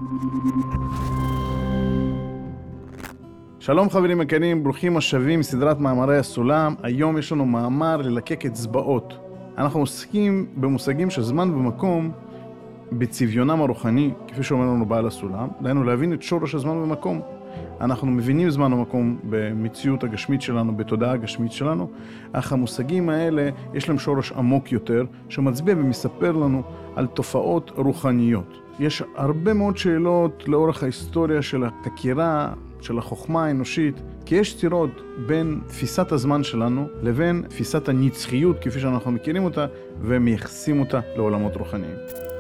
שלום חברים יקרים, ברוכים השבים מסדרת מאמרי הסולם. היום יש לנו מאמר ללקק אצבעות. אנחנו עוסקים במושגים של זמן ומקום בצביונם הרוחני, כפי שאומר לנו בעל הסולם, דהיינו להבין את שורש הזמן ומקום. אנחנו מבינים זמן ומקום במציאות הגשמית שלנו, בתודעה הגשמית שלנו, אך המושגים האלה יש להם שורש עמוק יותר, שמצביע ומספר לנו על תופעות רוחניות. יש הרבה מאוד שאלות לאורך ההיסטוריה של החקירה, של החוכמה האנושית, כי יש סתירות בין תפיסת הזמן שלנו לבין תפיסת הנצחיות כפי שאנחנו מכירים אותה ומייחסים אותה לעולמות רוחניים.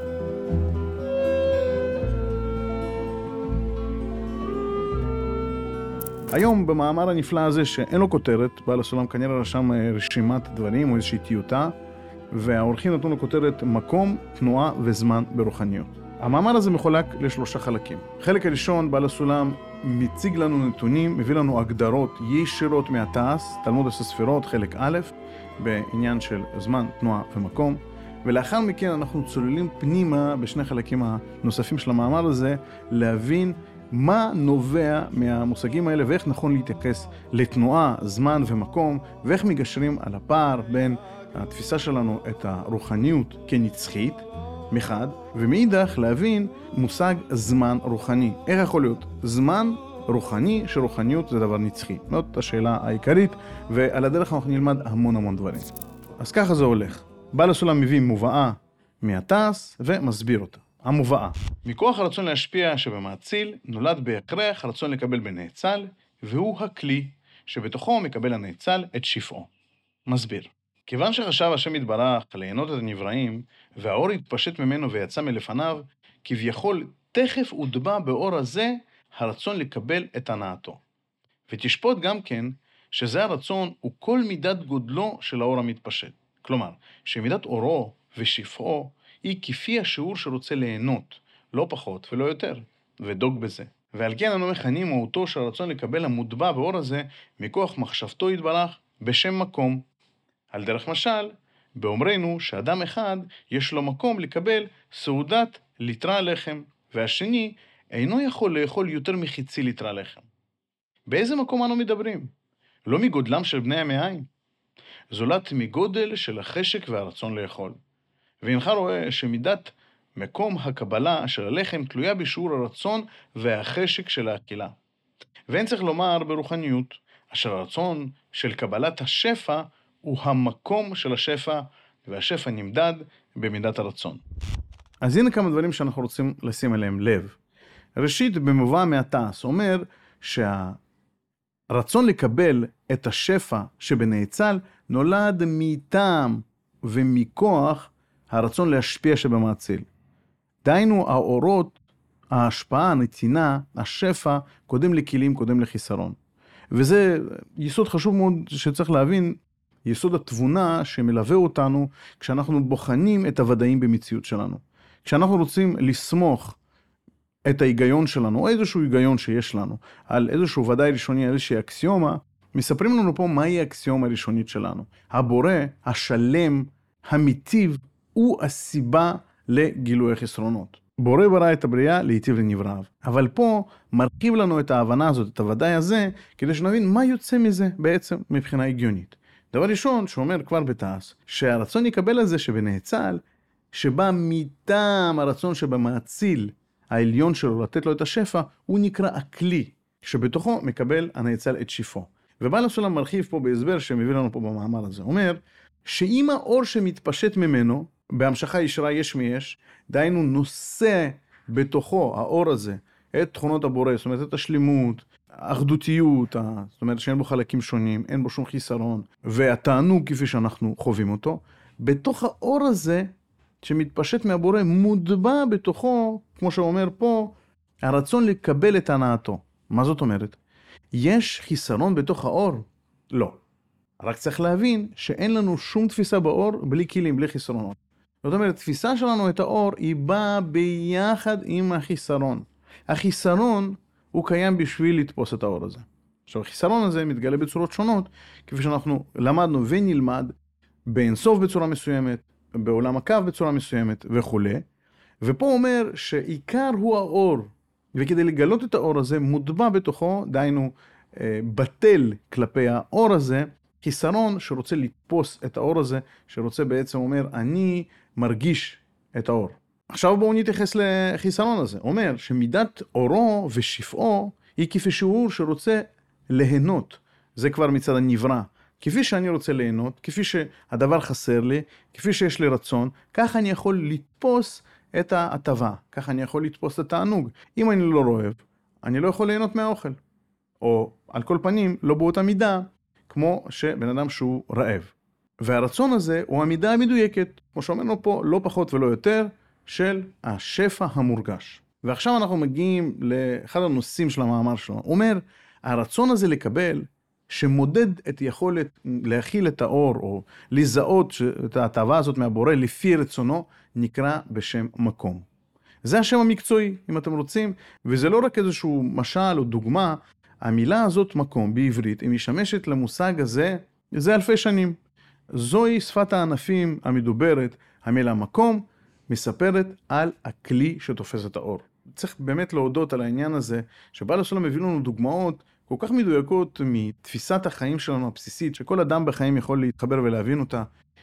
היום במאמר הנפלא הזה שאין לו כותרת, בעל הסולם כנראה רשם רשימת דברים או איזושהי טיוטה, והאורחים נתנו לו כותרת מקום, תנועה וזמן ברוחניות. המאמר הזה מחולק לשלושה חלקים. חלק הראשון, בעל הסולם מציג לנו נתונים, מביא לנו הגדרות ישירות מהתעש, תלמוד הספירות, חלק א', בעניין של זמן, תנועה ומקום. ולאחר מכן אנחנו צוללים פנימה בשני חלקים הנוספים של המאמר הזה, להבין מה נובע מהמושגים האלה ואיך נכון להתייחס לתנועה, זמן ומקום, ואיך מגשרים על הפער בין התפיסה שלנו את הרוחניות כנצחית, מחד, ומאידך להבין מושג זמן רוחני. איך יכול להיות זמן רוחני שרוחניות זה דבר נצחי? זאת השאלה העיקרית, ועל הדרך אנחנו נלמד המון דברים. אז ככה זה הולך. בעל הסולם מביא מובאה מהתעש ומסביר אותה. המובאה. מכוח הרצון להשפיע שבמאציל נולד בהכרח הרצון לקבל בנאצל, והוא הכלי שבתוכו מקבל הנאצל את שפעו. מסביר. כיוון שחשב השם יתברך ליהנות את הנבראים, והאור התפשט ממנו ויצא מלפניו, כביכול תכף הוטבע באור הזה הרצון לקבל את הנאתו. ותשפוט גם כן שזה הרצון הוא כל מידת גודלו של האור המתפשט. כלומר, שמידת אורו ושפעו היא כפי השיעור שרוצה ליהנות, לא פחות ולא יותר, ודוג בזה. ועל כן אנו מכנים מהותו של הרצון לקבל המוטבע באור הזה מכוח מחשבתו יתברך בשם מקום. על דרך משל, באומרנו שאדם אחד יש לו מקום לקבל סעודת ליטרה לחם, והשני אינו יכול לאכול יותר מחצי ליטרה לחם. באיזה מקום אנו מדברים? לא מגודלם של בני המעיים, זולת מגודל של החשק והרצון לאכול. ואינך רואה שמידת מקום הקבלה של הלחם תלויה בשיעור הרצון והחשק של האכילה. ואין צריך לומר ברוחניות, אשר הרצון של קבלת השפע הוא המקום של השפע, והשפע נמדד במידת הרצון. אז הנה כמה דברים שאנחנו רוצים לשים עליהם לב. ראשית, במובא מהתעש, אומר שהרצון לקבל את השפע שבנאצל נולד מטעם ומכוח הרצון להשפיע שבמאציל. דהיינו, האורות, ההשפעה, הנתינה, השפע, קודם לכלים, קודם לחיסרון. וזה יסוד חשוב מאוד שצריך להבין, יסוד התבונה שמלווה אותנו כשאנחנו בוחנים את הוודאים במציאות שלנו. כשאנחנו רוצים לסמוך את ההיגיון שלנו, או איזשהו היגיון שיש לנו, על איזשהו ודאי ראשוני, איזושהי אקסיומה, מספרים לנו פה מהי האקסיומה הראשונית שלנו. הבורא, השלם, המיטיב, הוא הסיבה לגילוי החסרונות. בורא ברא את הבריאה להיטיב לנבראיו. אבל פה מרכיב לנו את ההבנה הזאת, את הוודאי הזה, כדי שנבין מה יוצא מזה בעצם מבחינה הגיונית. דבר ראשון שאומר כבר בתעש, שהרצון יקבל הזה שבנאצל, שבא מטעם הרצון שבמאציל העליון שלו לתת לו את השפע, הוא נקרא הכלי, שבתוכו מקבל הנאצל את שפעו. ובעל הסולם מרחיב פה בהסבר שמביא לנו פה במאמר הזה. אומר שאם האור שמתפשט ממנו, בהמשכה ישרה יש מיש, דהיינו נושא בתוכו האור הזה, את תכונות הבורא, זאת אומרת את השלימות, האחדותיות, זאת אומרת שאין בו חלקים שונים, אין בו שום חיסרון, והתענוג כפי שאנחנו חווים אותו, בתוך האור הזה שמתפשט מהבורא מוטבע בתוכו, כמו שאומר פה, הרצון לקבל את הנאתו. מה זאת אומרת? יש חיסרון בתוך האור? לא. רק צריך להבין שאין לנו שום תפיסה באור בלי כלים, בלי חיסרונות. זאת אומרת, תפיסה שלנו את האור היא באה ביחד עם החיסרון. החיסרון הוא קיים בשביל לתפוס את האור הזה. עכשיו, החיסרון הזה מתגלה בצורות שונות, כפי שאנחנו למדנו ונלמד באינסוף בצורה מסוימת, בעולם הקו בצורה מסוימת וכו'. ופה אומר שעיקר הוא האור, וכדי לגלות את האור הזה, מוטבע בתוכו, דהיינו, בטל כלפי האור הזה, חיסרון שרוצה לתפוס את האור הזה, שרוצה בעצם אומר, אני מרגיש את האור. עכשיו בואו נתייחס לחיסרון הזה. אומר שמידת אורו ושפעו היא כפי שיעור שרוצה ליהנות. זה כבר מצד הנברא. כפי שאני רוצה ליהנות, כפי שהדבר חסר לי, כפי שיש לי רצון, כך אני יכול לתפוס את ההטבה. כך אני יכול לתפוס את התענוג. אם אני לא רועב, אני לא יכול ליהנות מהאוכל. או על כל פנים, לא באותה מידה, כמו שבן אדם שהוא רעב. והרצון הזה הוא המידה המדויקת, כמו שאומרנו פה, לא פחות ולא יותר, של השפע המורגש. ועכשיו אנחנו מגיעים לאחד הנושאים של המאמר שלנו. הוא אומר, הרצון הזה לקבל, שמודד את יכולת להכיל את האור, או לזהות את ההטבה הזאת מהבורא לפי רצונו, נקרא בשם מקום. זה השם המקצועי, אם אתם רוצים, וזה לא רק איזשהו משל או דוגמה, המילה הזאת מקום בעברית, היא משמשת למושג הזה, זה אלפי שנים. זוהי שפת הענפים המדוברת, המילה מקום, מספרת על הכלי שתופס את האור. צריך באמת להודות על העניין הזה, שבעל הסולם מביא לנו דוגמאות כל כך מדויקות מתפיסת החיים שלנו הבסיסית, שכל אדם בחיים יכול להתחבר ולהבין אותה,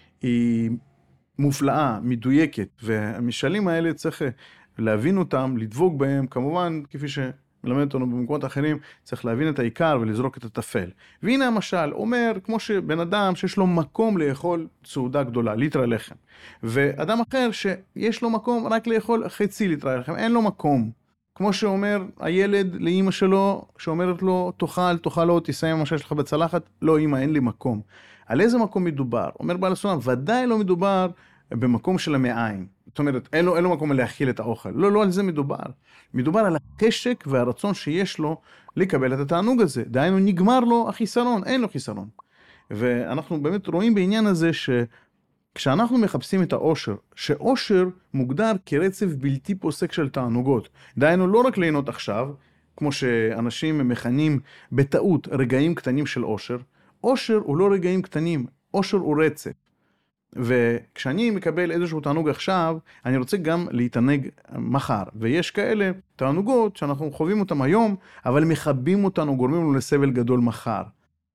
היא מופלאה, מדויקת, והמשלים האלה צריך להבין אותם, לדבוק בהם, כמובן, כפי שמלמד אותנו במקומות אחרים, צריך להבין את העיקר ולזרוק את הטפל. והנה המשל, אומר, כמו שבן אדם שיש לו מקום לאכול סעודה גדולה, ליטר לחם, ואדם אחר שיש לו מקום רק לאכול חצי ליטר לחם, אין לו מקום. כמו שאומר הילד לאמא שלו, שאומרת לו, תאכל לא, תסיים מה שיש לך בצלחת, לא אמא, אין לי מקום. על איזה מקום מדובר? אומר בעל הסולם, ודאי לא מדובר במקום של המעיים. זאת אומרת, אין לו מקום להכיל את האוכל. לא על זה מדובר. מדובר על החשק והרצון שיש לו לקבל את התענוג הזה. דהיינו, נגמר לו החיסרון, אין לו חיסרון. ואנחנו באמת רואים בעניין הזה כשאנחנו מחפשים את האושר, שאושר מוגדר כרצף בלתי פוסק של תענוגות. דהיינו, לא רק ליהנות עכשיו, כמו שאנשים מכנים בטעות רגעים קטנים של אושר, אושר הוא לא רגעים קטנים, אושר הוא רצף. וכשאני מקבל איזשהו תענוג עכשיו, אני רוצה גם להתענג מחר. ויש כאלה תענוגות שאנחנו חווים אותם היום, אבל מחבים אותנו, גורמים לנו לסבל גדול מחר.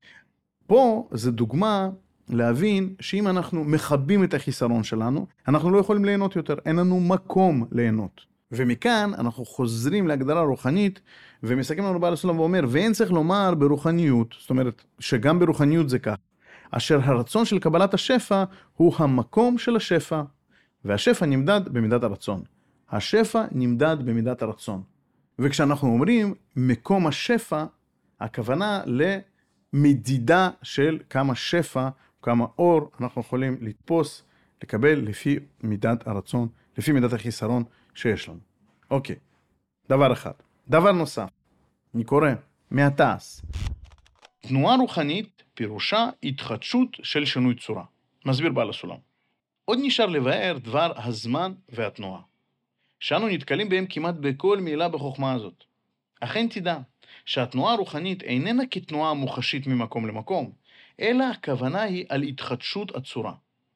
פה זה דוגמה להבין שאם אנחנו מחבים את החיסרון שלנו, אנחנו לא יכולים ליהנות יותר, אין לנו מקום ליהנות. ומכאן אנחנו חוזרים להגדרה רוחנית, ומסכם לנו בעל הסולם ואומר, ואין צריך לומר ברוחניות, זאת אומרת שגם ברוחניות זה כך, אשר הרצון של קבלת השפע הוא המקום של השפע, והשפע נמדד במידת הרצון. השפע נמדד במידת הרצון. וכשאנחנו אומרים מקום השפע, הכוונה למדידה של כמה שפע, כמה אור אנחנו יכולים לתפוס, לקבל לפי מידת הרצון, לפי מידת החיסרון שיש לנו. אוקיי, דבר אחד. דבר נוסף, אני קורא מהתעש. תנועה רוחנית פירושה התחדשות של שינוי צורה. מסביר בעל הסולם. עוד נשאר לבאר דבר הזמן והתנועה, שאנו נתקלים בהם כמעט בכל מילה בחוכמה הזאת. אכן תדע שהתנועה הרוחנית איננה כתנועה מוחשית ממקום למקום, אלא הכוונה היא על התחדשות הצורה.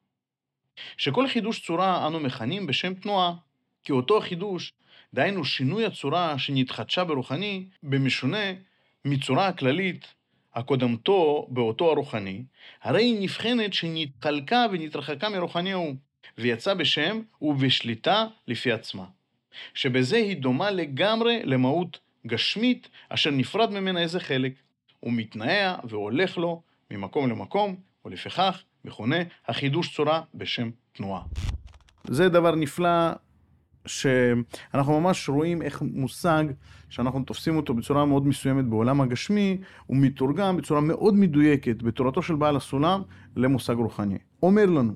שכל חידוש צורה אנו מכנים בשם תנועה, כי אותו חידוש, דהיינו שינוי הצורה שנתחדשה ברוחני, במשונה מצורה הכללית, הקודמתו באותו הרוחני, הרי היא נבחנת שנתחלקה ונתרחקה מרוחני הוא, ויצא בשם ובשליטה לפי עצמה. שבזה היא דומה לגמרי למהות גשמית, אשר נפרד ממנה איזה חלק, ומתנאע והולך לו ממקום למקום, ולפיכך מכונה החידוש צורה בשם תנועה. זה דבר נפלא שאנחנו ממש רואים איך מושג שאנחנו תופסים אותו בצורה מאוד מסוימת בעולם הגשמי, הוא מתורגם בצורה מאוד מדויקת בתורתו של בעל הסולם למושג רוחני. אומר לנו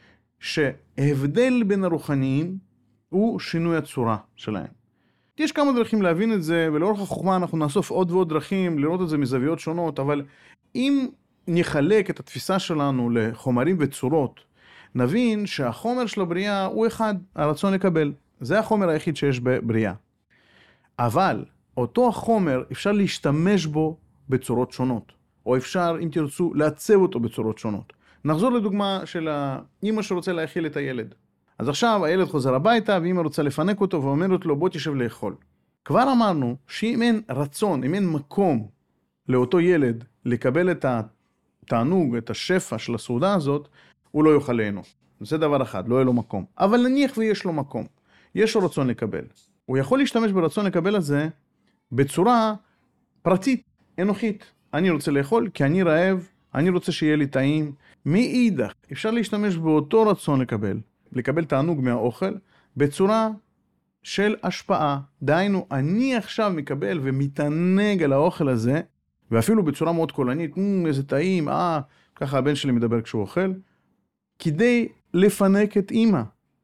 שההבדל בין הרוחניים הוא שינוי הצורה שלהם. יש כמה דרכים להבין את זה, ולאורך החוכמה אנחנו נאסוף עוד ועוד דרכים לראות את זה מזוויות שונות, אבל אם נחלק את התפיסה שלנו לחומרים וצורות, נבין שהחומר של הבריאה הוא אחד, הרצון לקבל. זה החומר היחיד שיש בבריאה. אבל אותו החומר אפשר להשתמש בו בצורות שונות, או אפשר, אם תרצו, לעצב אותו בצורות שונות. נחזור לדוגמה של האמא שרוצה להאכיל את הילד. אז עכשיו הילד חוזר הביתה, ואמא רוצה לפנק אותו ואומרת לו, בוא תשב לאכול. כבר אמרנו שאם אין רצון, אם אין מקום לאותו ילד לקבל את התענוג, את השפע של הסעודה הזאת, הוא לא יוכל ליהנות. זה דבר אחד, לא יהיה לו מקום. אבל נניח ויש לו מקום, יש לו רצון לקבל. הוא יכול להשתמש ברצון לקבל הזה בצורה פרטית, אנוכית. אני רוצה לאכול כי אני רעב, אני רוצה שיהיה לי טעים. מאידך, אפשר להשתמש באותו רצון לקבל תענוג מהאוכל, בצורה של השפעה. דהיינו, אני עכשיו מקבל ומתענג על האוכל הזה, ואפילו בצורה מאוד קולנית, איזה טעים, ככה הבן שלי מדבר כשהוא אוכל, כדי לפנק את אמא,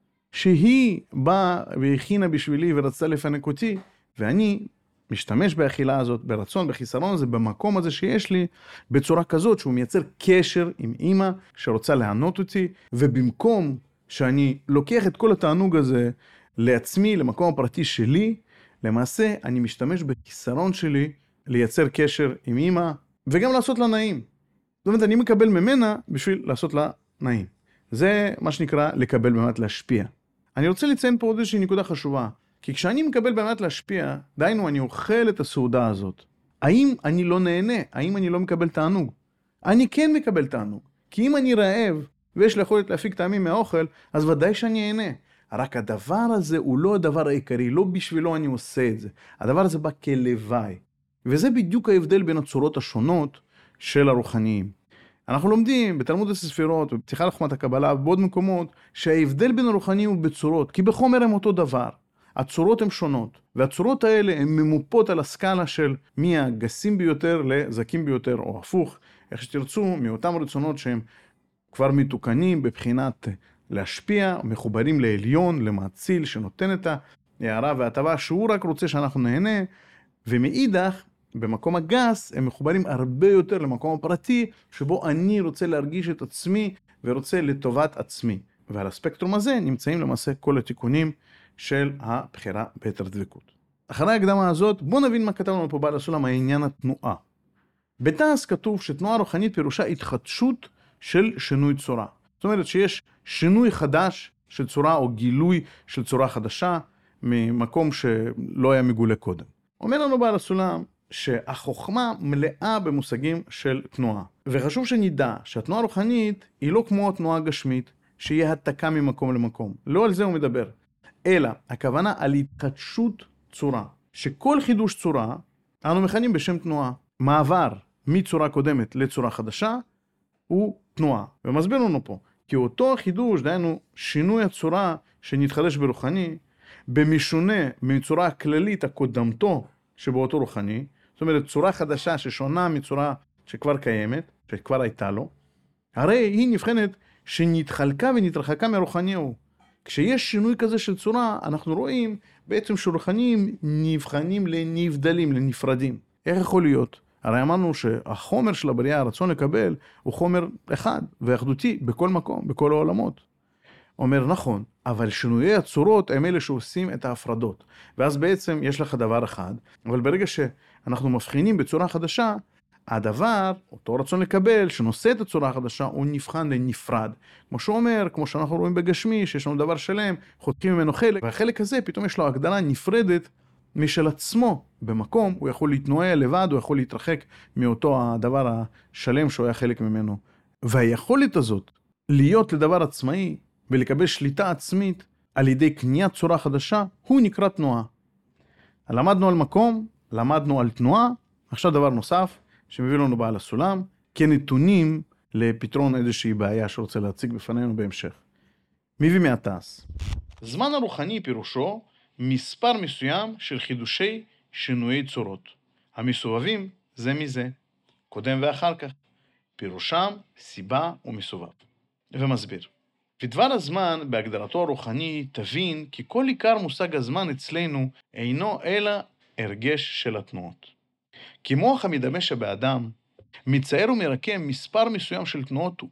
שהיא באה והכינה בשבילי ורצתה לפנק אותי, ואני משתמש באכילה הזאת, ברצון, בחיסרון הזה, במקום הזה שיש לי, בצורה כזאת שהוא מייצר קשר עם אמא שרוצה לענות אותי, ובמקום שאני לוקח את כל התענוג הזה לעצמי, למקום הפרטי שלי, למעשה אני משתמש בחיסרון שלי לייצר קשר עם אמא, וגם לעשות לה נעים. זאת אומרת, אני מקבל ממנה בשביל לעשות לה נעים. זה מה שנקרא לקבל באמת להשפיע. אני רוצה לציין פה עוד איזושהי נקודה חשובה, כי כשאני מקבל באמת להשפיע, דהיינו אני אוכל את הסעודה הזאת. האם אני לא נהנה? האם אני לא מקבל תענוג? אני כן מקבל תענוג. כי אם אני רעב ויש לי יכולת להפיק טעמים מהאוכל, אז ודאי שאני אהנה. רק הדבר הזה הוא לא הדבר העיקרי, לא בשבילו אני עושה את זה. הדבר הזה בא כלוואי. וזה בדיוק ההבדל בין הצורות השונות של הרוחניים. אנחנו לומדים בתלמוד הספירות, בפתיחה לחוכמת הקבלה ובעוד מקומות, שההבדל בין הרוחניים הוא בצורות, כי בחומר הם אותו דבר. הצורות הן שונות, והצורות האלה הן ממופות על הסקאלה של מי הגסים ביותר לזקים ביותר, או הפוך, איך שתרצו, מאותם רצונות שהם כבר מתוקנים בבחינת להשפיע, מחוברים לעליון, למאציל, שנותן את ההערה וההטבה, שהוא רק רוצה שאנחנו נהנה, ומאידך, במקום הגס, הם מחוברים הרבה יותר למקום הפרטי, שבו אני רוצה להרגיש את עצמי, ורוצה לטובת עצמי. ועל הספקטרום הזה נמצאים למעשה כל התיקונים של הבחירה ביתר דבקות. אחרי ההקדמה הזאת, בואו נבין מה כתב לנו פה בעל הסולם, העניין התנועה. בתעש כתוב שתנועה רוחנית פירושה התחדשות של שינוי צורה. זאת אומרת שיש שינוי חדש של צורה, או גילוי של צורה חדשה, ממקום שלא היה מגולה קודם. אומר לנו בעל הסולם, שהחוכמה מלאה במושגים של תנועה. וחשוב שנדע שהתנועה הרוחנית היא לא כמו התנועה הגשמית, שהיא העתקה ממקום למקום. לא על זה הוא מדבר. אלא הכוונה על התחדשות צורה. שכל חידוש צורה, אנו מכנים בשם תנועה. מעבר מצורה קודמת לצורה חדשה, הוא תנועה. ומסביר לנו פה, כי אותו חידוש, דהיינו שינוי הצורה שנתחדש ברוחני, במשונה מצורה הכללית הקודמתו שבאותו רוחני, זאת אומרת, צורה חדשה ששונה מצורה שכבר קיימת, שכבר הייתה לו, הרי היא נבחנת שנתחלקה ונתרחקה מהרוחני הוא. כשיש שינוי כזה של צורה, אנחנו רואים בעצם שרוחניים נבחנים לנבדלים, לנפרדים. איך יכול להיות? הרי אמרנו שהחומר של הבריאה, הרצון לקבל, הוא חומר אחד ואחדותי בכל מקום, בכל העולמות. אומר נכון, אבל שינויי הצורות הם אלה שעושים את ההפרדות. ואז בעצם יש לך דבר אחד, אבל ברגע שאנחנו מבחינים בצורה חדשה, הדבר, אותו רצון לקבל, שנושא את הצורה החדשה, הוא נבחן לנפרד. כמו שהוא אומר, כמו שאנחנו רואים בגשמי, שיש לנו דבר שלם, חותכים ממנו חלק, והחלק הזה פתאום יש לו הגדרה נפרדת משל עצמו. במקום הוא יכול להתנועע לבד, הוא יכול להתרחק מאותו הדבר השלם שהוא היה חלק ממנו. והיכולת הזאת להיות לדבר עצמאי, ולקבל שליטה עצמית על ידי קניית צורה חדשה, הוא נקרא תנועה. למדנו על מקום, למדנו על תנועה, עכשיו דבר נוסף שמביא לנו בעל הסולם, כנתונים לפתרון איזושהי בעיה שרוצה להציג בפנינו בהמשך. מביא מהתעש. זמן הרוחני פירושו מספר מסוים של חידושי שינויי צורות, המסובבים זה מזה, קודם ואחר כך, פירושם סיבה ומסובב. ומסביר. ודבר הזמן, בהגדרתו הרוחני, תבין כי כל עיקר מושג הזמן אצלנו אינו אלא הרגש של התנועות. כי מוח המדמה באדם מצייר ומרקם מספר מסוים של תנועות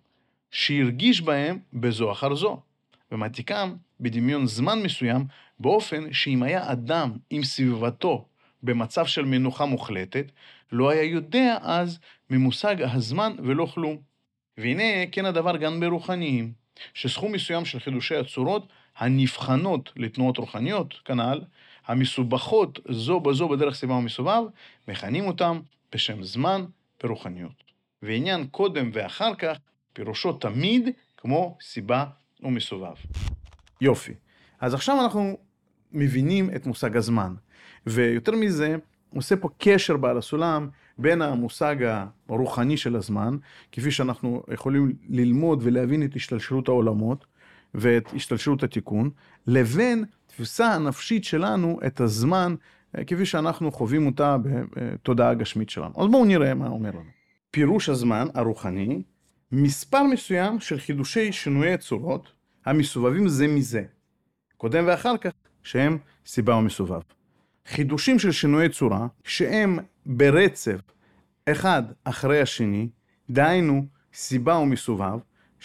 שהרגיש בהם בזו אחר זו, ומעתיקם בדמיון זמן מסוים באופן שאם היה אדם עם סביבתו במצב של מנוחה מוחלטת, לא היה יודע אז ממושג הזמן ולא כלום. והנה כן הדבר גם ברוחניים. שסכום מסוים של חידושי הצורות הנבחנות לתנועות רוחניות, כנ"ל, המסובכות זו בזו בדרך סיבה ומסובב, מכנים אותם בשם זמן ברוחניות. ועניין קודם ואחר כך, פירושו תמיד כמו סיבה ומסובב. יופי. אז עכשיו אנחנו מבינים את מושג הזמן. ויותר מזה, עושה פה קשר בעל הסולם בין המושג הרוחני של הזמן, כפי שאנחנו יכולים ללמוד ולהבין את השתלשלות העולמות ואת השתלשלות התיקון, לבין תפיסה הנפשית שלנו את הזמן, כפי שאנחנו חווים אותה בתודעה הגשמית שלנו. אז בואו נראה מה אומר לנו. פירוש הזמן הרוחני, מספר מסוים של חידושי שינויי צורות, המסובבים זה מזה, קודם ואחר כך, שהם סיבה ומסובב. חידושים של שינויי צורה, שהם ברצף אחד אחרי השני, דהיינו סיבה ומסובב,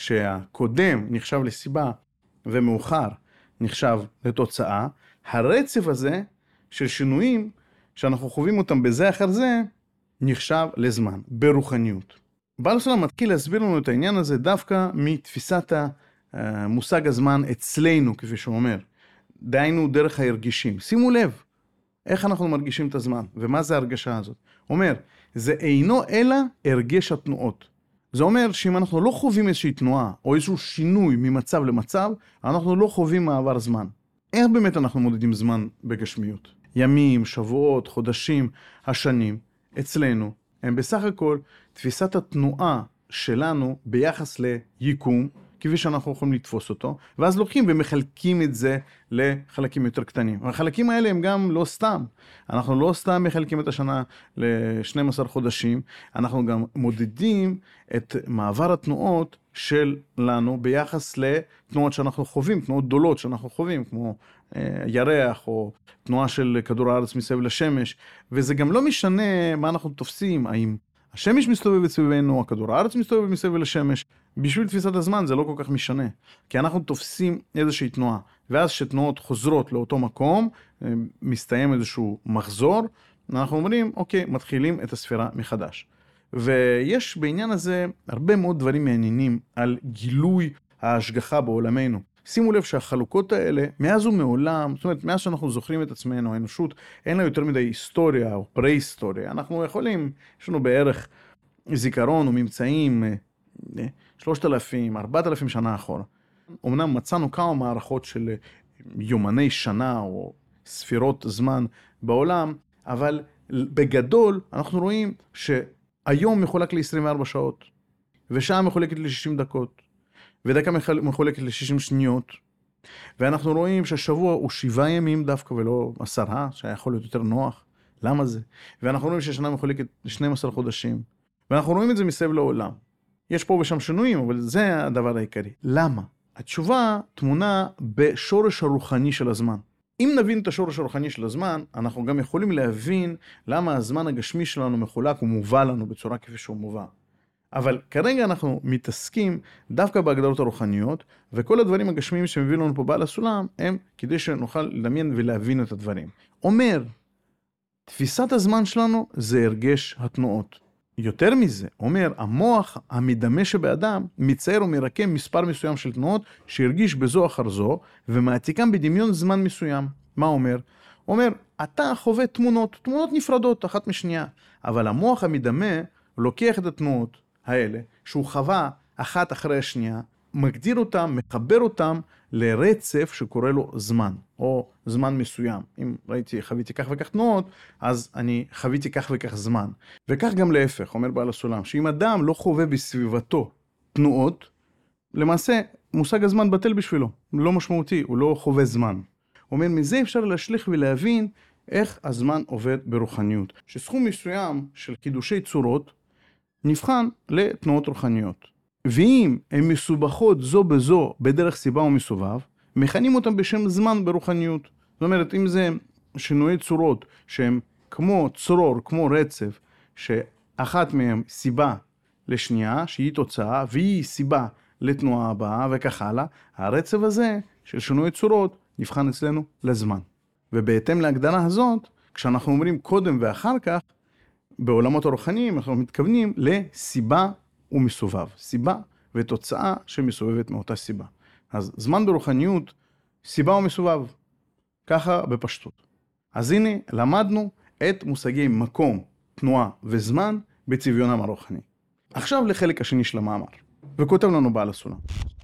שהקודם נחשב לסיבה ומאוחר נחשב לתוצאה, הרצף הזה של שינויים שאנחנו חווים אותם בזה אחר זה, נחשב לזמן, ברוחניות. בעל הסולם מתחיל להסביר לנו את העניין הזה דווקא מתפיסת המושג הזמן אצלנו, כפי שהוא אומר. דהיינו דרך ההרגישים. שימו לב, איך אנחנו מרגישים את הזמן, ומה זה ההרגשה הזאת. אומר, זה אינו אלא הרגש התנועות. זה אומר שאם אנחנו לא חווים איזושהי תנועה, או איזשהו שינוי ממצב למצב, אנחנו לא חווים מעבר זמן. איך באמת אנחנו מודדים זמן בגשמיות? ימים, שבועות, חודשים, השנים, אצלנו, הם בסך הכל תפיסת התנועה שלנו ביחס ליקום, כפי שאנחנו יכולים לתפוס אותו, ואז לוקחים ומחלקים את זה לחלקים יותר קטנים. החלקים האלה הם גם לא סתם. אנחנו לא סתם מחלקים את השנה ל-12 חודשים, אנחנו גם מודדים את מעבר התנועות שלנו ביחס לתנועות שאנחנו חווים, תנועות גדולות שאנחנו חווים, כמו ירח או תנועה של כדור הארץ מסביב לשמש, וזה גם לא משנה מה אנחנו תופסים, האם השמש מסתובבת סביבנו, הכדור הארץ מסתובב מסביב לשמש. בשביל תפיסת הזמן זה לא כל כך משנה, כי אנחנו תופסים איזושהי תנועה, ואז שתנועות חוזרות לאותו מקום, מסתיים איזשהו מחזור, אנחנו אומרים, אוקיי, מתחילים את הספירה מחדש. ויש בעניין הזה הרבה מאוד דברים מעניינים על גילוי ההשגחה בעולמנו. שימו לב שהחלוקות האלה, מאז ומעולם, זאת אומרת, מאז שאנחנו זוכרים את עצמנו, האנושות, אין לה יותר מדי היסטוריה או פרה-היסטוריה. אנחנו יכולים, יש לנו בערך זיכרון וממצאים 3,000, 4,000 שנה אחורה. אמנם מצאנו כמה מערכות של יומני שנה או ספירות זמן בעולם, אבל בגדול אנחנו רואים שהיום מחולק ל-24 שעות, ושעה מחולקת ל-60 דקות. ודקה מחולקת ל-60 שניות, ואנחנו רואים שהשבוע הוא 7 ימים דווקא ולא 10, שהיה יכול להיות יותר נוח. למה זה? ואנחנו רואים שהשנה מחולקת ל-12 חודשים, ואנחנו רואים את זה מסביב לעולם. יש פה ושם שינויים, אבל זה הדבר העיקרי. למה? התשובה תמונה בשורש הרוחני של הזמן. אם נבין את השורש הרוחני של הזמן, אנחנו גם יכולים להבין למה הזמן הגשמי שלנו מחולק ומובא לנו בצורה כפי שהוא מובא. אבל כרגע אנחנו מתעסקים דווקא בהגדרות הרוחניות, וכל הדברים הגשמיים שמביאים לנו פה בעל הסולם, הם כדי שנוכל לדמיין ולהבין את הדברים. אומר, תפיסת הזמן שלנו זה הרגש התנועות. יותר מזה, אומר, המוח המדמה שבאדם מצייר ומרקם מספר מסוים של תנועות שהרגיש בזו אחר זו, ומעתיקם בדמיון זמן מסוים. מה אומר? אומר, אתה חווה תמונות נפרדות אחת משנייה, אבל המוח המדמה לוקח את התנועות האלה, שהוא חווה אחת אחרי השנייה, מגדיר אותם, מחבר אותם לרצף שקורא לו זמן, או זמן מסוים. אם חוויתי כך וכך תנועות, אז אני חוויתי כך וכך זמן. וכך גם להפך, אומר בעל הסולם, שאם אדם לא חווה בסביבתו תנועות, למעשה מושג הזמן בטל בשבילו, לא משמעותי, הוא לא חווה זמן. אומר, מזה אפשר להשליך ולהבין איך הזמן עובד ברוחניות. שסכום מסוים של חידושי צורות, נבחן לתנועות רוחניות. ואם הן מסובכות זו בזו בדרך סיבה ומסובב, מכנים אותם בשם זמן ברוחניות. זאת אומרת, אם זה שינויי צורות שהם כמו צרור, כמו רצף, שאחת מהן סיבה לשנייה, שהיא תוצאה, והיא סיבה לתנועה הבאה וכך הלאה, הרצף הזה של שינויי צורות נבחן אצלנו לזמן. ובהתאם להגדרה הזאת, כשאנחנו אומרים קודם ואחר כך, בעולמות הרוחניים אנחנו מתכוונים לסיבה ומסובב. סיבה ותוצאה שמסובבת מאותה סיבה. אז זמן ברוחניות, סיבה ומסובב. ככה בפשטות. אז הנה, למדנו את מושגי מקום, תנועה וזמן בצביונם הרוחני. עכשיו לחלק השני של המאמר, וכותב לנו בעל הסולם.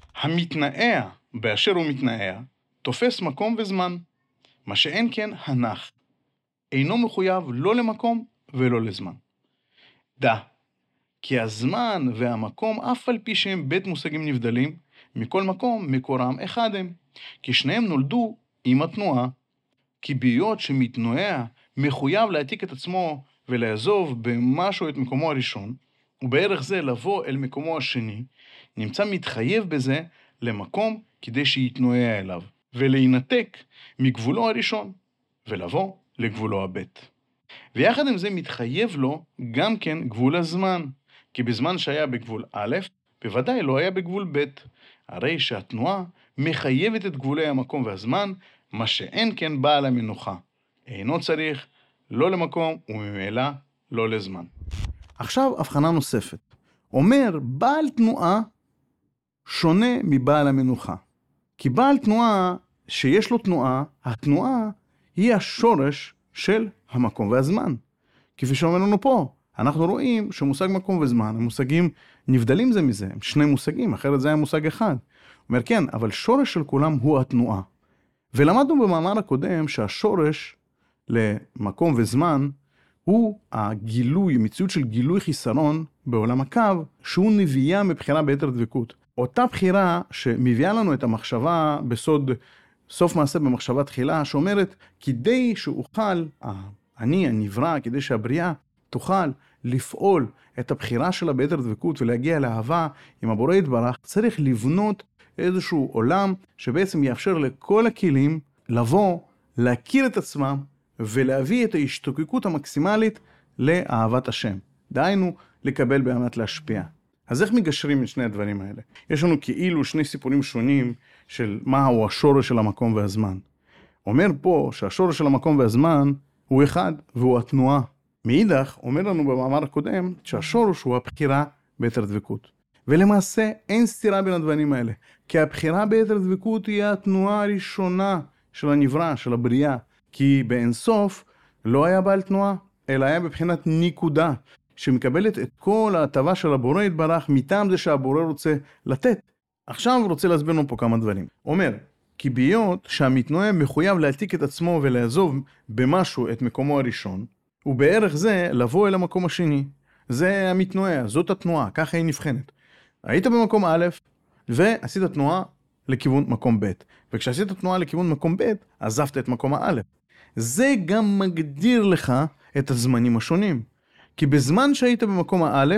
המתנאע באשר הוא מתנאע, תופס מקום וזמן, מה שאין כן הנח. אינו מחויב לא למקום ולא לזמן. דע, כי הזמן והמקום, אף על פי שהם בית מושגים נבדלים, מכל מקום מקורם אחד הם, כי שניהם נולדו עם התנועה, כי בהיות שמתנועע מחויב להעתיק את עצמו ולעזוב במשהו את מקומו הראשון, ובערך זה לבוא אל מקומו השני, נמצא מתחייב בזה למקום כדי שיתנועע אליו, ולהינתק מגבולו הראשון, ולבוא לגבולו הבית. ויחד עם זה מתחייב לו גם כן גבול הזמן, כי בזמן שהיה בגבול א', בוודאי לא היה בגבול ב', הרי שהתנועה מחייבת את גבולי המקום והזמן, מה שאין כן בעל המנוחה. אינו צריך לא למקום וממילא לא לזמן. עכשיו הבחנה נוספת. אומר בעל תנועה שונה מבעל המנוחה. כי בעל תנועה שיש לו תנועה, התנועה היא השורש של המקום והזמן. כפי שאומר לנו פה, אנחנו רואים שמושג מקום וזמן, המושגים נבדלים זה מזה, הם שני מושגים, אחרת זה היה מושג אחד. אומר כן, אבל שורש של כולם הוא התנועה. ולמדנו במאמר הקודם שהשורש למקום וזמן הוא הגילוי, מציאות של גילוי חיסרון בעולם הקו, שהוא נביאה מבחירה ביתר דבקות. אותה בחירה שמביאה לנו את המחשבה בסוד סוף מעשה במחשבה תחילה, שאומרת, כדי שאוכל, אני הנברא, כדי שהבריאה תוכל לפעול את הבחירה שלה ביתר דבקות ולהגיע לאהבה עם הבורא יתברך, צריך לבנות איזשהו עולם שבעצם יאפשר לכל הכלים לבוא, להכיר את עצמם ולהביא את ההשתוקקות המקסימלית לאהבת השם. דהיינו, לקבל באמת להשפיע. אז איך מגשרים את שני הדברים האלה? יש לנו כאילו שני סיפורים שונים של מהו השורש של המקום והזמן. אומר פה שהשורש של המקום והזמן הוא אחד והוא התנועה. מאידך אומר לנו במאמר הקודם שהשורש הוא הבחירה ביתר דבקות. ולמעשה אין סתירה בין הדברים האלה. כי הבחירה ביתר דבקות היא התנועה הראשונה של הנברא, של הבריאה. כי באינסוף לא היה בעל תנועה, אלא היה בבחינת נקודה, שמקבלת את כל ההטבה של הבורא יתברך, מטעם זה שהבורא רוצה לתת. עכשיו רוצה להסביר לנו פה כמה דברים. אומר, כי בהיות שהמתנועע מחויב להעתיק את עצמו ולעזוב במשהו את מקומו הראשון, ובערך זה לבוא אל המקום השני. זה המתנועע, זאת התנועה, ככה היא נבחנת. היית במקום א' ועשית תנועה לכיוון מקום ב', וכשעשית תנועה לכיוון מקום ב', עזבת את מקום א'. זה גם מגדיר לך את הזמנים השונים. כי בזמן שהיית במקום א',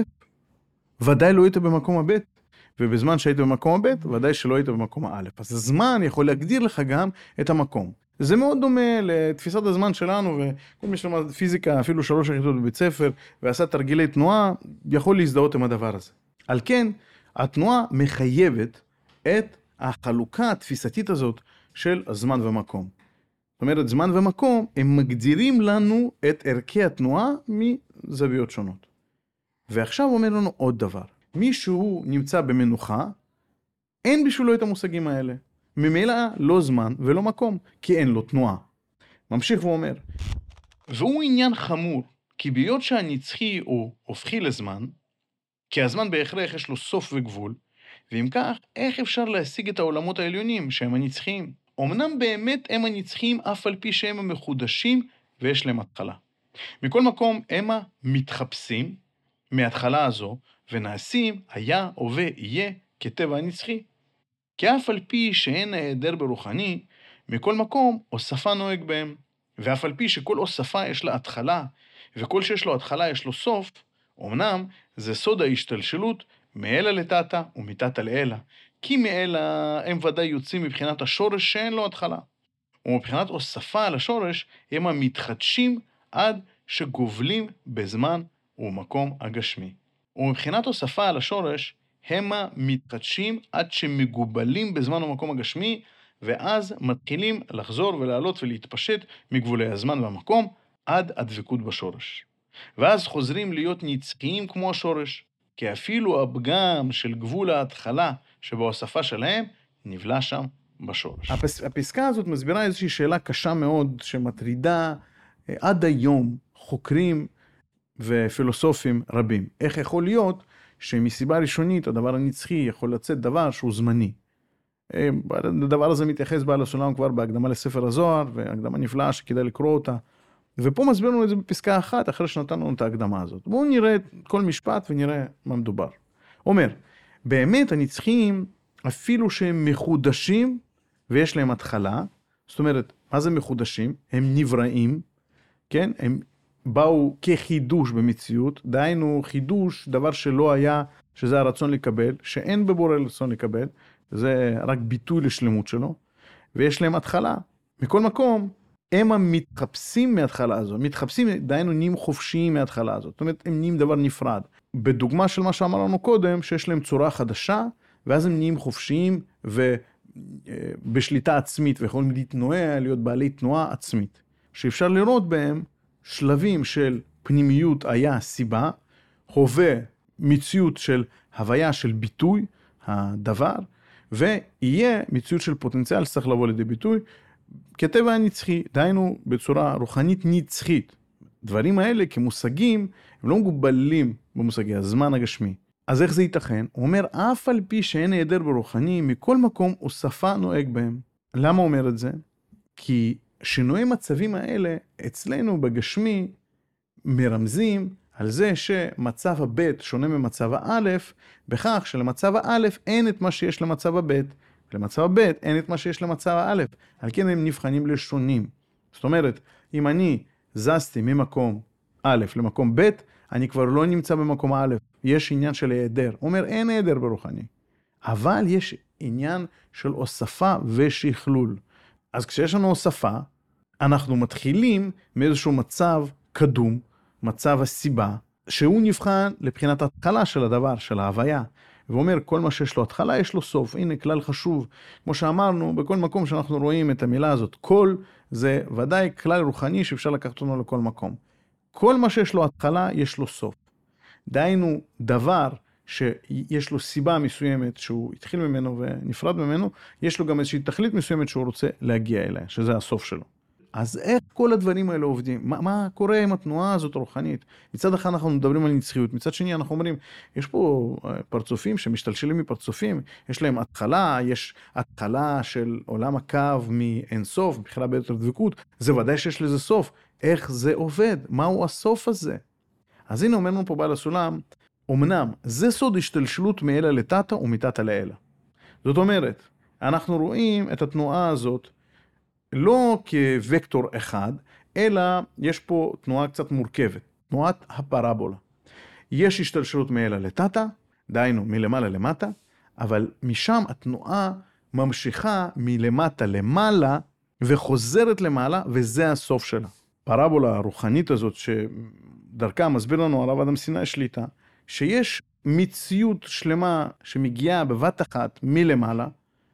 ודאי לא היית במקום הב', ובזמן שהיית במקום הב', ודאי שלא היית במקום א'. אז הזמן יכול להגדיר לך גם את המקום. זה מאוד דומה לתפיסת הזמן שלנו, וכל מי שלמד פיזיקה, אפילו 3 יחידות בבית ספר, ועשה תרגילי תנועה, יכול להזדהות עם הדבר הזה. על כן, התנועה מחייבת את החלוקה התפיסתית הזאת של הזמן ומקום. זאת אומרת, זמן ומקום, הם מגדירים לנו את ערכי התנועה מזוויות שונות. ועכשיו אומר לנו עוד דבר. מישהו נמצא במנוחה, אין בשבילו את המושגים האלה. ממילא לא זמן ולא מקום, כי אין לו תנועה. ממשיך ואומר, והוא עניין חמור, כי בהיות שהנצחי הוא הופכי לזמן, כי הזמן בהכרח יש לו סוף וגבול, ואם כך, איך אפשר להשיג את העולמות העליונים שהם הנצחיים? אמנם באמת הם הנצחיים אף על פי שהם המחודשים ויש להם התחלה. מכל מקום הם מתחפשים מההתחלה הזו ונעשים היה הווה יהיה כטבע הנצחי. כי אף על פי שאין ההיעדר ברוחני, מכל מקום הוספה נוהג בהם. ואף על פי שכל הוספה יש לה התחלה, וכל שיש לו התחלה יש לו סוף, אמנם זה סוד ההשתלשלות מאלה לתתה ומתתה לאלה. כי מאלה הם ודאי יוצאים מבחינת השורש שאין לו התחלה. ומבחינת הוספה על השורש הם המתחדשים עד שגובלים בזמן ומקום הגשמי. ומבחינת הוספה על השורש הם המתחדשים עד שמגובלים בזמן ומקום הגשמי, ואז מתחילים לחזור ולעלות ולהתפשט מגבולי הזמן והמקום עד הדבקות בשורש. ואז חוזרים להיות נצחיים כמו השורש, כי אפילו הפגם של גבול ההתחלה שבהוספה שלהם נבלע שם בשורש. הפסקה הזאת מסבירה איזושהי שאלה קשה מאוד, שמטרידה עד היום חוקרים ופילוסופים רבים. איך יכול להיות שמסיבה ראשונית הדבר הנצחי יכול לצאת דבר שהוא זמני? הדבר הזה מתייחס בעל הסולם כבר בהקדמה לספר הזוהר, והקדמה נפלאה שכדאי לקרוא אותה. ופה מסבירנו את זה בפסקה אחת, אחרי שנתנו לנו את ההקדמה הזאת. בואו נראה כל משפט ונראה מה מדובר. אומר, באמת הנצחיים, אפילו שהם מחודשים, ויש להם התחלה, זאת אומרת, מה זה מחודשים? הם נבראים, כן? הם באו כחידוש במציאות, דהיינו חידוש, דבר שלא היה, שזה הרצון לקבל, שאין בבורא רצון לקבל, זה רק ביטוי לשלמות שלו, ויש להם התחלה. מכל מקום, הם המתחפשים מההתחלה הזו, מתחפשים, דהיינו נהיים חופשיים מההתחלה הזאת, זאת אומרת, הם נהיים דבר נפרד. בדוגמה של מה שאמרנו קודם, שיש להם צורה חדשה, ואז הם נהיים חופשיים ובשליטה עצמית, ויכולים להתנועע, להיות בעלי תנועה עצמית. שאפשר לראות בהם שלבים של פנימיות היה סיבה, הווה מציאות של הוויה של ביטוי, הדבר, ויהיה מציאות של פוטנציאל שצריך לבוא לידי ביטוי, כטבע הנצחי, דהיינו בצורה רוחנית נצחית. דברים האלה כמושגים, הם לא מגובלים במושגי הזמן הגשמי. אז איך זה ייתכן? הוא אומר, אף על פי שאין היעדר ברוחני, מכל מקום הוספה נוהג בהם. למה הוא אומר את זה? כי שינויי מצבים האלה אצלנו בגשמי מרמזים על זה שמצב הבית שונה ממצב האלף, בכך שלמצב האלף אין את מה שיש למצב הבית, ולמצב הבית אין את מה שיש למצב האלף. על כן הם נבחנים לשונים. זאת אומרת, אם אני זזתי ממקום א' למקום ב', אני כבר לא נמצא במקום א', יש עניין של היעדר. הוא אומר, אין היעדר ברוחני. אבל יש עניין של הוספה ושכלול. אז כשיש לנו הוספה, אנחנו מתחילים מאיזשהו מצב קדום, מצב הסיבה, שהוא נבחן לבחינת ההתחלה של הדבר, של ההוויה. ואומר, כל מה שיש לו התחלה, יש לו סוף. הנה, כלל חשוב. כמו שאמרנו, בכל מקום שאנחנו רואים את המילה הזאת, כל זה ודאי כלל רוחני שאפשר לקחת אותו לכל מקום. כל מה שיש לו התחלה, יש לו סוף. דהיינו, דבר שיש לו סיבה מסוימת שהוא התחיל ממנו ונפרד ממנו, יש לו גם איזושהי תכלית מסוימת שהוא רוצה להגיע אליה, שזה הסוף שלו. אז איך כל הדברים האלה עובדים? מה קורה עם התנועה הזאת הרוחנית? מצד אחד אנחנו מדברים על נצחיות, מצד שני אנחנו אומרים, יש פה פרצופים שמשתלשלים מפרצופים, יש להם התחלה, יש התחלה של עולם הקו מאינסוף, מבחירה ביותר דבקות, זה ודאי שיש לזה סוף. איך זה עובד? מהו הסוף הזה? אז הנה אומר לנו פה בעל הסולם, אמנם זה סוד השתלשלות מאלה לתתה ומתתה לאלה. זאת אומרת, אנחנו רואים את התנועה הזאת, לא כווקטור אחד, אלא יש פה תנועה קצת מורכבת, תנועת הפרבולה. יש השתלשלות מאלה לתתה, דהיינו מלמעלה למטה, אבל משם התנועה ממשיכה מלמטה למעלה וחוזרת למעלה, וזה הסוף שלה. פרבולה הרוחנית הזאת שדרכה מסביר לנו הרב אדם סיני שליטה, שיש מציאות שלמה שמגיעה בבת אחת מלמעלה,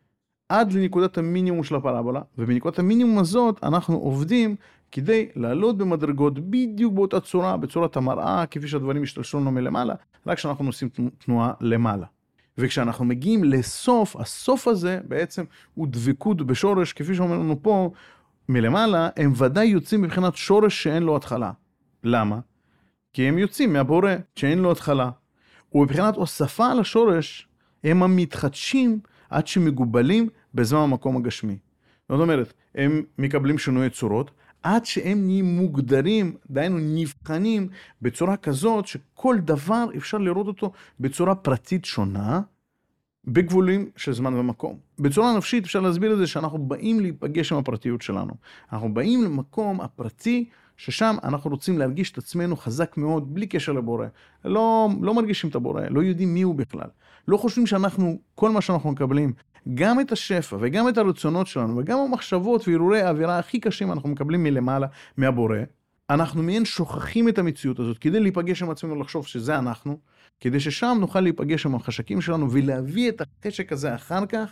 עד לנקודת המינימום של הפרבולה, ובנקודת המינימום הזאת אנחנו עובדים כדי לעלות במדרגות בדיוק באותה צורה, בצורת המראה, כפי שהדברים משתלשלו לנו מלמעלה, רק כשאנחנו עושים תנועה למעלה. וכשאנחנו מגיעים לסוף, הסוף הזה בעצם הוא דבקות בשורש, כפי שאומר לנו פה, מלמעלה הם ודאי יוצאים מבחינת שורש שאין לו התחלה. למה? כי הם יוצאים מהבורא שאין לו התחלה. ובבחינת הוספה על השורש, הם המתחדשים עד שמגובלים בזמן המקום הגשמי. זאת אומרת, הם מקבלים שינוי צורות, עד שהם נהיים מוגדרים, דהיינו נבחנים בצורה כזאת, שכל דבר אפשר לראות אותו בצורה פרטית שונה, בגבולים של זמן ומקום. בצורה נפשית אפשר להסביר את זה שאנחנו באים להיפגש עם הפרטיות שלנו. אנחנו באים למקום הפרטי, ששם אנחנו רוצים להרגיש את עצמנו חזק מאוד, בלי קשר לבורא. לא מרגישים את הבורא, לא יודעים מי הוא בכלל. לא חושבים שאנחנו, כל מה שאנחנו מקבלים, גם את השפע וגם את הרצונות שלנו, וגם המחשבות והרהורי האווירה הכי קשים אנחנו מקבלים מלמעלה, מהבורא. אנחנו מעין שוכחים את המציאות הזאת, כדי להיפגש עם עצמנו לחשוב שזה אנחנו, כדי ששם נוכל להיפגש עם החשקים שלנו, ולהביא את החשק הזה אחר כך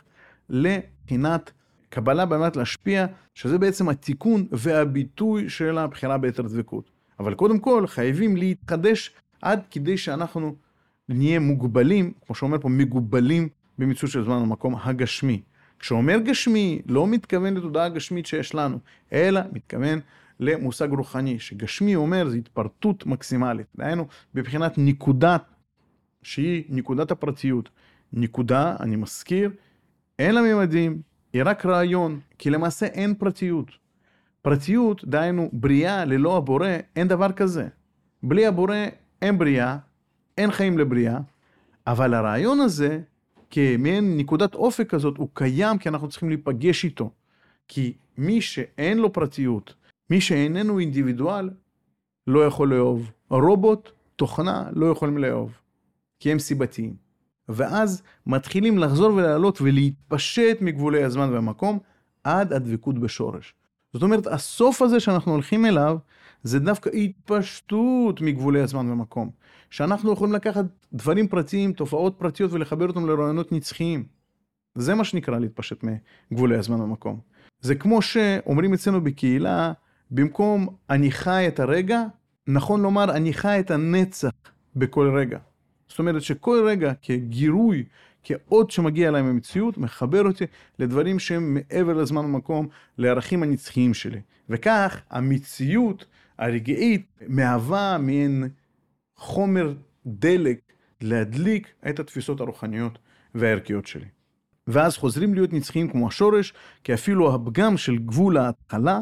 לבחינת קבלה באמת להשפיע, שזה בעצם התיקון והביטוי של הבחירה ביתר דבקות. אבל קודם כל חייבים להתחדש עד כדי שאנחנו נהיה מוגבלים, כמו שאומר פה, מגובלים במציאות של זמן המקום הגשמי. כשאומר גשמי, לא מתכוון לתודעה גשמית שיש לנו, אלא מתכוון למושג רוחני, שגשמי אומר זה התפרטות מקסימלית, דהיינו בבחינת נקודה שהיא נקודת הפרטיות. נקודה, אני מזכיר, אין לה ממדים, היא רק רעיון, כי למעשה אין פרטיות. פרטיות, דהיינו בריאה ללא הבורא, אין דבר כזה. בלי הבורא אין בריאה, אין חיים לבריאה, אבל הרעיון הזה, כמעין נקודת אופק כזאת, הוא קיים כי אנחנו צריכים להיפגש איתו. כי מי שאין לו פרטיות, מי שאיננו אינדיבידואל, לא יכול לאהוב. רובוט, תוכנה, לא יכולים לאהוב. כי הם סיבתיים. ואז מתחילים לחזור ולעלות ולהתפשט מגבולי הזמן והמקום, עד הדבקות בשורש. זאת אומרת, הסוף הזה שאנחנו הולכים אליו, זה דווקא התפשטות מגבולי הזמן והמקום. שאנחנו יכולים לקחת דברים פרטיים, תופעות פרטיות, ולחבר אותם לרעיונות נצחיים. זה מה שנקרא להתפשט מגבולי הזמן והמקום. זה כמו שאומרים אצלנו בקהילה, במקום אני חי את הרגע, נכון לומר אני חי את הנצח בכל רגע. זאת אומרת שכל רגע כגירוי, כעוד שמגיע אליי מהמציאות, מחבר אותי לדברים שהם מעבר לזמן ומקום, לערכים הנצחיים שלי. וכך המציאות הרגעית מהווה מעין חומר דלק להדליק את התפיסות הרוחניות והערכיות שלי. ואז חוזרים להיות נצחיים כמו השורש, כי אפילו הפגם של גבול ההתחלה,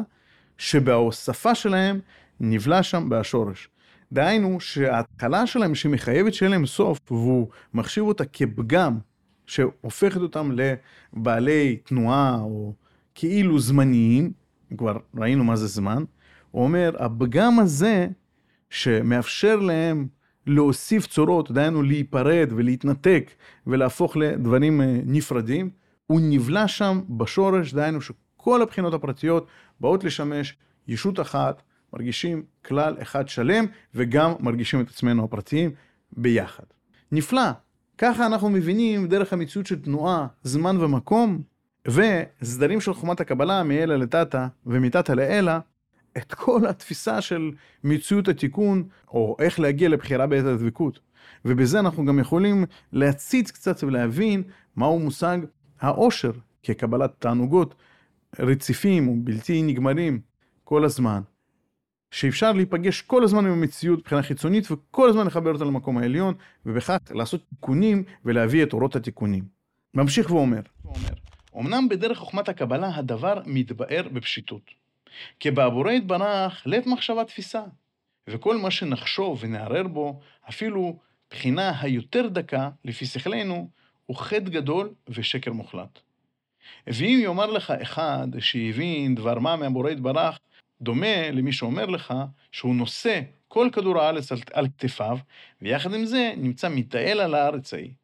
שבהוספה שלהם נבלע שם בהשורש. דהיינו שההתחלה שלהם שמחייבת שיהיה להם סוף, והוא מחשיב אותה כפגם, שהופכת אותם לבעלי תנועה או כאילו זמניים, כבר ראינו מה זה זמן, הוא אומר, הפגם הזה שמאפשר להם להוסיף צורות, דהיינו להיפרד ולהתנתק ולהפוך לדברים נפרדים, הוא נבלע שם בשורש, דהיינו שכל הבחינות הפרטיות באות לשמש ישות אחת, מרגישים כלל אחד שלם, וגם מרגישים את עצמנו הפרטיים ביחד. נפלא. ככה אנחנו מבינים דרך המציאות של תנועה, זמן ומקום, וסדרים של חומת הקבלה מאלה לתתה ומתתה לאלה, את כל התפיסה של מציאות התיקון, או איך להגיע לבחירה בעת הדבקות. ובזה אנחנו גם יכולים להציץ קצת ולהבין מהו מושג העושר, כקבלת תענוגות רציפים או בלתי נגמרים כל הזמן. שאפשר להיפגש כל הזמן עם המציאות מבחינה חיצונית, וכל הזמן לחבר אותה למקום העליון, ובכך לעשות תיקונים ולהביא את אורות התיקונים. ממשיך ואומר, אמנם בדרך חוכמת הקבלה הדבר מתבאר בפשיטות. כי בעבורי יתברך לית מחשבה תפיסה, וכל מה שנחשוב ונערר בו, אפילו בחינה היותר דקה לפי שכלנו, הוא חטא גדול ושקר מוחלט. ואם יאמר לך אחד שהבין דבר מה מהבורא יתברך, דומה למי שאומר לך שהוא נושא כל כדור הארץ על כתפיו, ויחד עם זה נמצא מטייל על הארץ ההיא.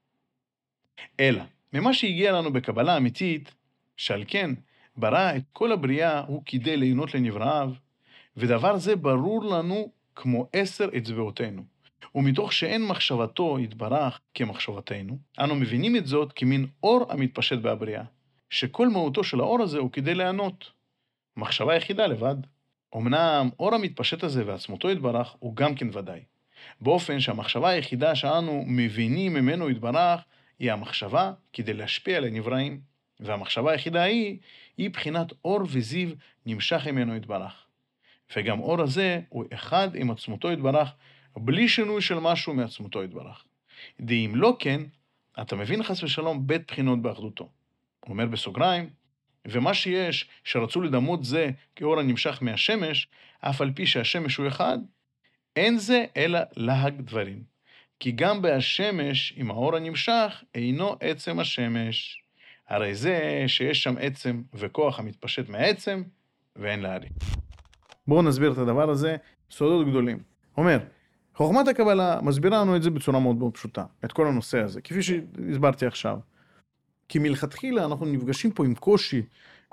אלא, ממה שהגיע לנו בקבלה אמיתית, שעל כן ברא את כל הבריאה הוא כדי ליהנות לנבראיו, ודבר זה ברור לנו כמו 10 אצבעותינו. ומתוך שאין מחשבתו יתברך כמחשבתנו, אנו מבינים את זאת כמין אור המתפשט בהבריאה, שכל מהותו של האור הזה הוא כדי ליהנות. מחשבה יחידה לבד. אמנם אור המתפשט הזה ועצמותו יתברך הוא גם כן ודאי. באופן שהמחשבה היחידה שאנו מבינים ממנו יתברך היא המחשבה כדי להשפיע על הנבראים. והמחשבה היחידה היא בחינת אור וזיו נמשך ממנו יתברך. וגם אור הזה הוא אחד עם עצמותו יתברך, בלי שינוי של משהו מעצמותו יתברך. אם לא כן, אתה מבין חס ושלום בית בחינות באחדותו. הוא אומר בסוגריים, ומה שיש שרצו לדמות זה כאור הנמשך מהשמש, אף על פי שהשמש הוא אחד, אין זה אלא להג דברים. כי גם בהשמש עם האור הנמשך אינו עצם השמש. הרי זה שיש שם עצם וכוח המתפשט מהעצם, ואין להריק. בואו נסביר את הדבר הזה, סודות גדולים. אומר, חוכמת הקבלה מסבירה לנו את זה בצורה מאוד מאוד פשוטה, את כל הנושא הזה, כפי שהסברתי עכשיו. כי מלכתחילה אנחנו נפגשים פה עם קושי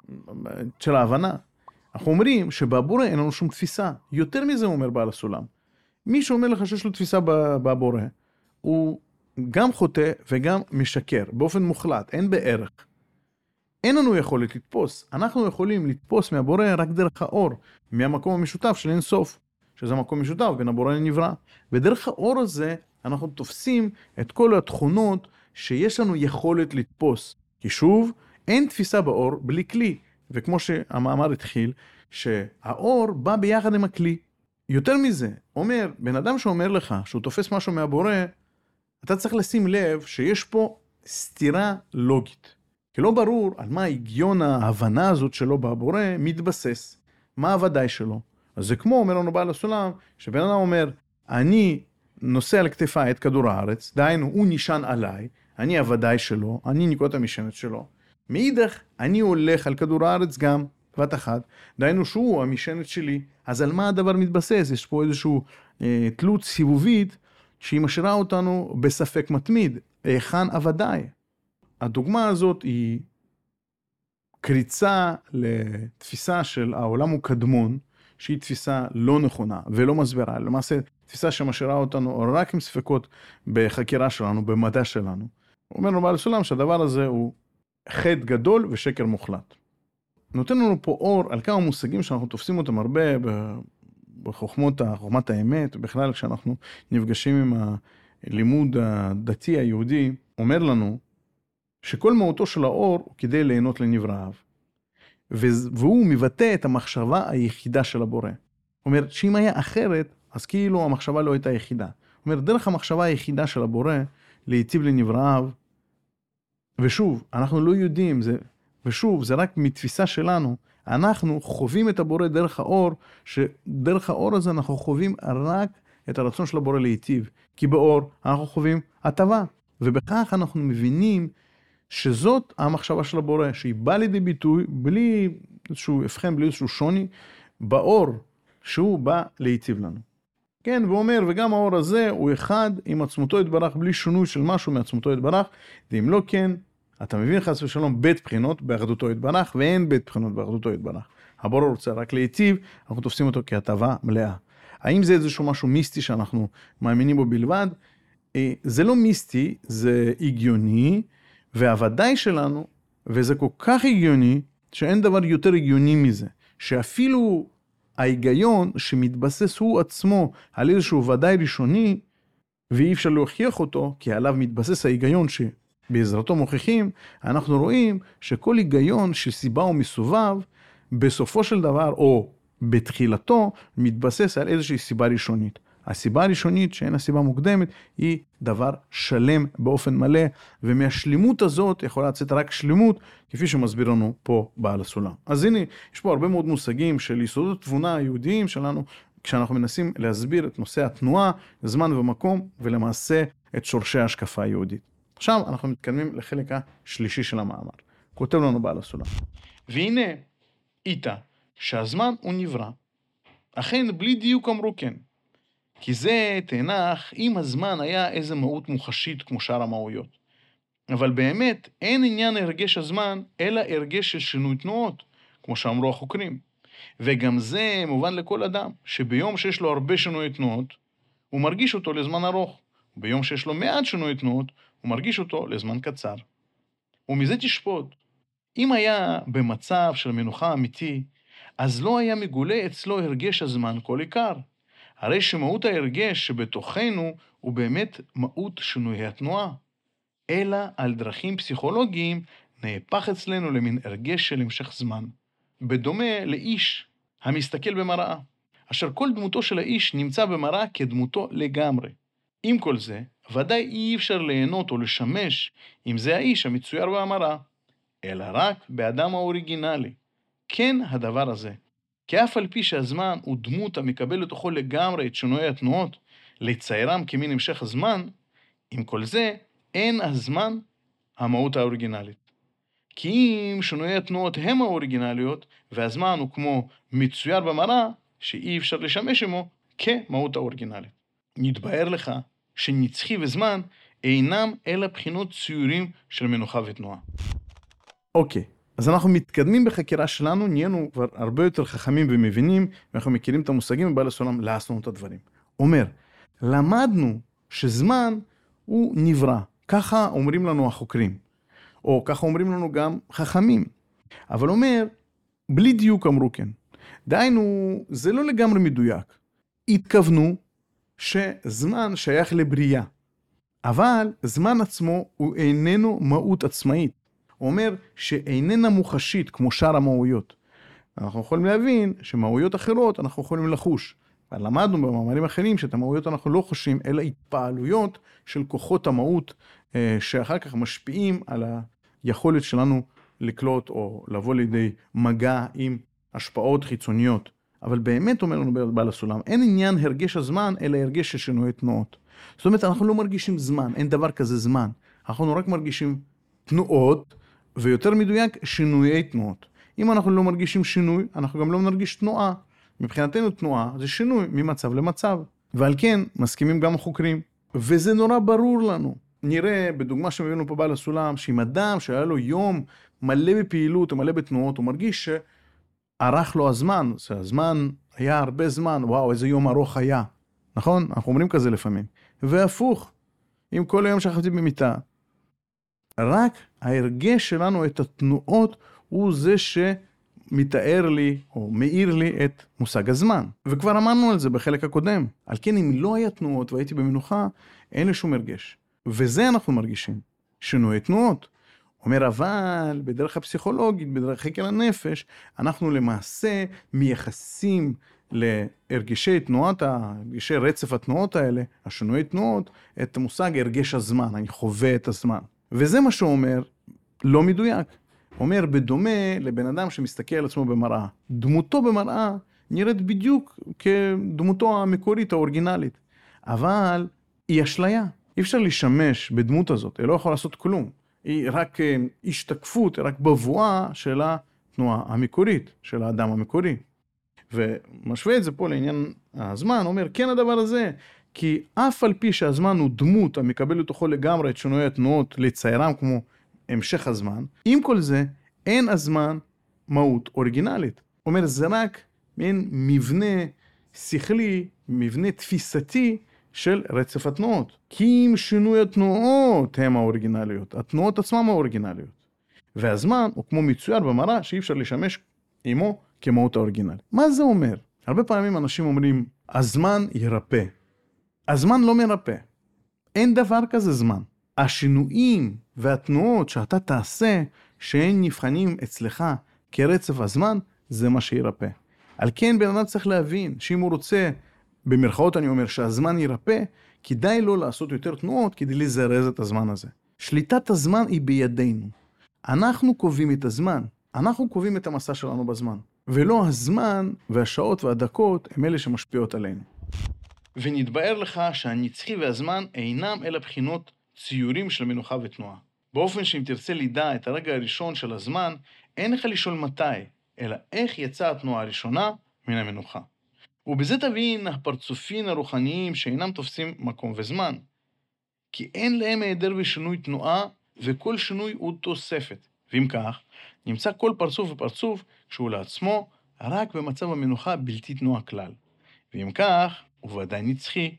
של ההבנה. אנחנו אומרים שבבורא אין לנו שום תפיסה. יותר מזה הוא אומר בעל הסולם. מי שאומר לך שיש לו תפיסה בבורא, הוא גם חוטא וגם משקר, באופן מוחלט, אין בערך. אין לנו יכולת לתפוס. אנחנו יכולים לתפוס מהבורא רק דרך האור, מהמקום המשותף של אין סוף, שזה מקום משותף בין הבורא לנברא. ודרך האור הזה אנחנו תופסים את כל התכונות שיש לנו יכולת לתפוס. כי שוב, אין תפיסה באור בלי כלי, וכמו שהמאמר התחיל, שהאור בא ביחד עם הכלי. יותר מזה, אומר, בן אדם שאומר לך שהוא תופס משהו מהבורא, אתה צריך לשים לב שיש פה סתירה לוגית. כי לא ברור על מה הגיון ההבנה הזאת שלו בבורא מתבסס. מה הוודאי שלו? אז זה כמו, אומר לנו בעל הסולם, שבן אדם אומר, אני נושא על כתפיי את כדור הארץ, דהיינו, הוא נשען עליי, אני הוודאי שלו, אני נקודת המשענת שלו. מאידך, אני הולך על כדור הארץ גם, בת אחת, דהיינו שהוא המשענת שלי, אז על מה הדבר מתבסס? יש פה איזושהי תלות סיבובית, שהיא משאירה אותנו בספק מתמיד, היכן הוודאי. הדוגמה הזאת היא קריצה לתפיסה של העולם הוא קדמון, שהיא תפיסה לא נכונה ולא מסבירה, למעשה תפיסה שמשאירה אותנו רק עם ספקות בחקירה שלנו, במדע שלנו. אומר לנו בעל הסולם שהדבר הזה הוא חטא גדול ושקר מוחלט. נותן לנו פה אור על כמה מושגים שאנחנו תופסים אותם הרבה בחוכמת האמת, בכלל כשאנחנו נפגשים עם הלימוד הדתי היהודי, אומר לנו שכל מהותו של האור הוא כדי ליהנות לנבראיו. והוא מבטא את המחשבה היחידה של הבורא. אומר שאם היה אחרת, אז כאילו המחשבה לא הייתה יחידה. אומר, דרך המחשבה היחידה של הבורא, להיטיב לנבראיו, ושוב, אנחנו לא יודעים, ושוב, זה רק מתפיסה שלנו, אנחנו חווים את הבורא דרך האור, שדרך האור הזה אנחנו חווים רק את הרצון של הבורא להיטיב. כי באור אנחנו חווים הטבה, ובכך אנחנו מבינים שזאת המחשבה של הבורא, שהיא באה לידי ביטוי, בלי איזשהו הבחן, בלי איזשהו שוני, באור שהוא בא להיטיב לנו. כן, ואומר, וגם האור הזה הוא אחד עם עצמותו יתברך, בלי שינוי של משהו מעצמותו יתברך, ואם לא כן, אתה מבין חס ושלום בית בחינות באחדותו יתברך, ואין בית בחינות באחדותו יתברך. הבורא רוצה רק להיטיב, אנחנו תופסים אותו כהטבה מלאה. האם זה איזשהו משהו מיסטי שאנחנו מאמינים בו בלבד? זה לא מיסטי, זה הגיוני, והוודאי שלנו, וזה כל כך הגיוני, שאין דבר יותר הגיוני מזה, שאפילו ההיגיון שמתבסס הוא עצמו על איזשהו ודאי ראשוני, ואי אפשר להוכיח אותו, כי עליו מתבסס ההיגיון שבעזרתו מוכיחים, אנחנו רואים שכל היגיון של סיבה ומסובב, בסופו של דבר, או בתחילתו, מתבסס על איזושהי סיבה ראשונית. הסיבה הראשונית, שאין הסיבה מוקדמת, היא דבר שלם באופן מלא, ומהשלימות הזאת יכולה לצאת רק שלמות, כפי שמסביר לנו פה בעל הסולם. אז הנה, יש פה הרבה מאוד מושגים של יסודות תבונה היהודיים שלנו, כשאנחנו מנסים להסביר את נושא התנועה, זמן ומקום, ולמעשה את שורשי ההשקפה היהודית. עכשיו אנחנו מתקדמים לחלק השלישי של המאמר. כותב לנו בעל הסולם. והנה, איתה, שהזמן הוא נברא. אכן, בלי דיוק אמרו כן. כי זה תנח אם הזמן היה איזה מהות מוחשית כמו שאר המהויות. אבל באמת אין עניין הרגש הזמן, אלא הרגש של שינוי תנועות, כמו שאמרו החוקרים. וגם זה מובן לכל אדם, שביום שיש לו הרבה שינוי תנועות, הוא מרגיש אותו לזמן ארוך. וביום שיש לו מעט שינוי תנועות, הוא מרגיש אותו לזמן קצר. ומזה תשפוט. אם היה במצב של מנוחה אמיתי, אז לא היה מגולה אצלו הרגש הזמן כל עיקר. הרי שמהות ההרגש שבתוכנו הוא באמת מהות שינוי התנועה. אלא על דרכים פסיכולוגיים נהפך אצלנו למין הרגש של המשך זמן. בדומה לאיש המסתכל במראה, אשר כל דמותו של האיש נמצא במראה כדמותו לגמרי. עם כל זה, ודאי אי אפשר ליהנות או לשמש אם זה האיש המצויר במראה, אלא רק באדם האוריגינלי. כן הדבר הזה. כי אף על פי שהזמן הוא דמות המקבל לתוכו לגמרי את שינוי התנועות, לציירם כמין המשך הזמן, עם כל זה אין הזמן המהות האוריגינלית. כי אם שינוי התנועות הם האוריגינליות, והזמן הוא כמו מצויר במראה, שאי אפשר לשמש עמו כמהות האוריגינלית. נתבהר לך שנצחי וזמן אינם אלא בחינות ציורים של מנוחה ותנועה. אוקיי. אז אנחנו מתקדמים בחקירה שלנו, נהיינו כבר הרבה יותר חכמים ומבינים, ואנחנו מכירים את המושגים, ובעל הסולם לעשנו את הדברים. אומר, למדנו שזמן הוא נברא, ככה אומרים לנו החוקרים, או ככה אומרים לנו גם חכמים. אבל אומר, בלי דיוק אמרו כן. דהיינו, זה לא לגמרי מדויק. התכוונו שזמן שייך לבריאה, אבל זמן עצמו הוא איננו מהות עצמאית. הוא אומר שאיננה מוחשית כמו שאר המהויות. אנחנו יכולים להבין שמהויות אחרות אנחנו יכולים לחוש. למדנו במאמרים אחרים שאת המהויות אנחנו לא חושים, אלא התפעלויות של כוחות המהות, שאחר כך משפיעים על היכולת שלנו לקלוט או לבוא לידי מגע עם השפעות חיצוניות. אבל באמת אומר לנו בעל הסולם, אין עניין הרגש הזמן, אלא הרגש של שינוי תנועות. זאת אומרת, אנחנו לא מרגישים זמן, אין דבר כזה זמן. אנחנו רק מרגישים תנועות, ויותר מדויק, שינויי תנועות. אם אנחנו לא מרגישים שינוי, אנחנו גם לא נרגיש תנועה. מבחינתנו תנועה זה שינוי ממצב למצב. ועל כן מסכימים גם החוקרים. וזה נורא ברור לנו. נראה בדוגמה שמבינו פה בעל הסולם, שאם אדם שהיה לו יום מלא בפעילות או מלא בתנועות, הוא מרגיש שערך לו הזמן, שהזמן היה הרבה זמן, וואו, איזה יום ארוך היה. נכון? אנחנו אומרים כזה לפעמים. והפוך, אם כל היום שכבתי במיטה, רק ההרגש שלנו את התנועות הוא זה שמתאר לי או מאיר לי את מושג הזמן. וכבר אמרנו על זה בחלק הקודם. על כן אם לא היה תנועות והייתי במנוחה, אין לי שום הרגש. וזה אנחנו מרגישים. שינוי תנועות. אומר אבל בדרך הפסיכולוגית, בדרך חקר הנפש, אנחנו למעשה מייחסים להרגשי תנועות, הרגשי רצף התנועות האלה, השינוי תנועות, את המושג הרגש הזמן, אני חווה את הזמן. וזה מה שהוא אומר, לא מדויק. הוא אומר, בדומה לבן אדם שמסתכל על עצמו במראה. דמותו במראה נראית בדיוק כדמותו המקורית, האורגינלית. אבל היא אשליה. אי אפשר לשמש בדמות הזאת, היא לא יכולה לעשות כלום. היא רק השתקפות, היא רק בבואה של התנועה המקורית, של האדם המקורי. ומשווה את זה פה לעניין הזמן, אומר, כן הדבר הזה, כי אף על פי שהזמן הוא דמות המקבל לתוכו לגמרי את שינוי התנועות לציירם כמו המשך הזמן, עם כל זה אין הזמן מהות אוריגינלית. אומר, זה רק מין מבנה שכלי, מבנה תפיסתי של רצף התנועות. כי אם שינוי התנועות הם האוריגינליות, התנועות עצמם האוריגינליות. והזמן הוא כמו מצויר במראה שאי אפשר לשמש עמו כמהות האוריגינלית. מה זה אומר? הרבה פעמים אנשים אומרים, הזמן ירפא. הזמן לא מרפא. אין דבר כזה זמן. השינויים והתנועות שאתה תעשה, שהן נבחנים אצלך כרצף הזמן, זה מה שירפא. על כן בן אדם צריך להבין שאם הוא רוצה, במרכאות אני אומר שהזמן ירפא, כדאי לו לעשות יותר תנועות כדי לזרז את הזמן הזה. שליטת הזמן היא בידינו. אנחנו קובעים את הזמן. אנחנו קובעים את המסע שלנו בזמן. ולא הזמן והשעות והדקות הם אלה שמשפיעות עלינו. ונתבאר לך שהנצחי והזמן אינם אלא בחינות ציורים של מנוחה ותנועה. באופן שאם תרצה לידע את הרגע הראשון של הזמן, אין לך לשאול מתי, אלא איך יצאה התנועה הראשונה מן המנוחה. ובזה תבין הפרצופים הרוחניים שאינם תופסים מקום וזמן. כי אין להם היעדר ושינוי תנועה, וכל שינוי הוא תוספת. ואם כך, נמצא כל פרצוף ופרצוף שהוא לעצמו רק במצב המנוחה בלתי תנועה כלל. ואם כך, הוא ודאי נצחי.